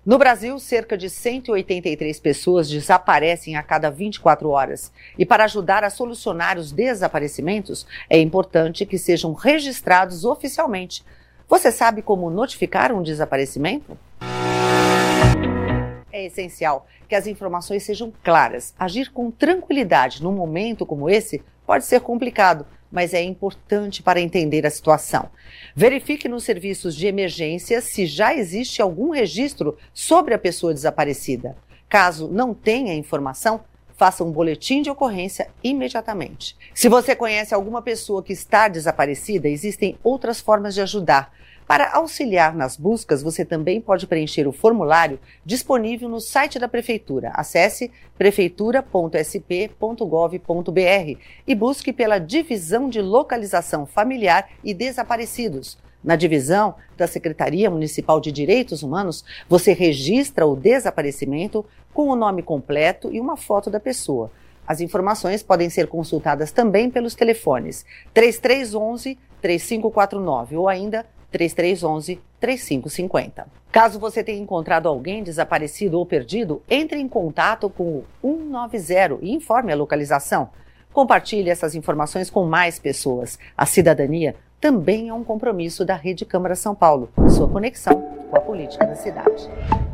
No Brasil, cerca de 183 pessoas desaparecem a cada 24 horas. E para ajudar a solucionar os desaparecimentos, é importante que sejam registrados oficialmente. Você sabe como notificar um desaparecimento? É essencial que as informações sejam claras. Agir com tranquilidade num momento como esse pode ser complicado, mas é importante para entender a situação. Verifique nos serviços de emergência se já existe algum registro sobre a pessoa desaparecida. Caso não tenha informação, faça um boletim de ocorrência imediatamente. Se você conhece alguma pessoa que está desaparecida, existem outras formas de ajudar. Para auxiliar nas buscas, você também pode preencher o formulário disponível no site da Prefeitura. Acesse prefeitura.sp.gov.br e busque pela Divisão de Localização Familiar e Desaparecidos. Na divisão da Secretaria Municipal de Direitos Humanos, você registra o desaparecimento com o nome completo e uma foto da pessoa. As informações podem ser consultadas também pelos telefones 3311-3549 ou ainda 3311-3550. Caso você tenha encontrado alguém desaparecido ou perdido, entre em contato com o 190 e informe a localização. Compartilhe essas informações com mais pessoas. A cidadania também é um compromisso da Rede Câmara São Paulo. Sua conexão com a política da cidade.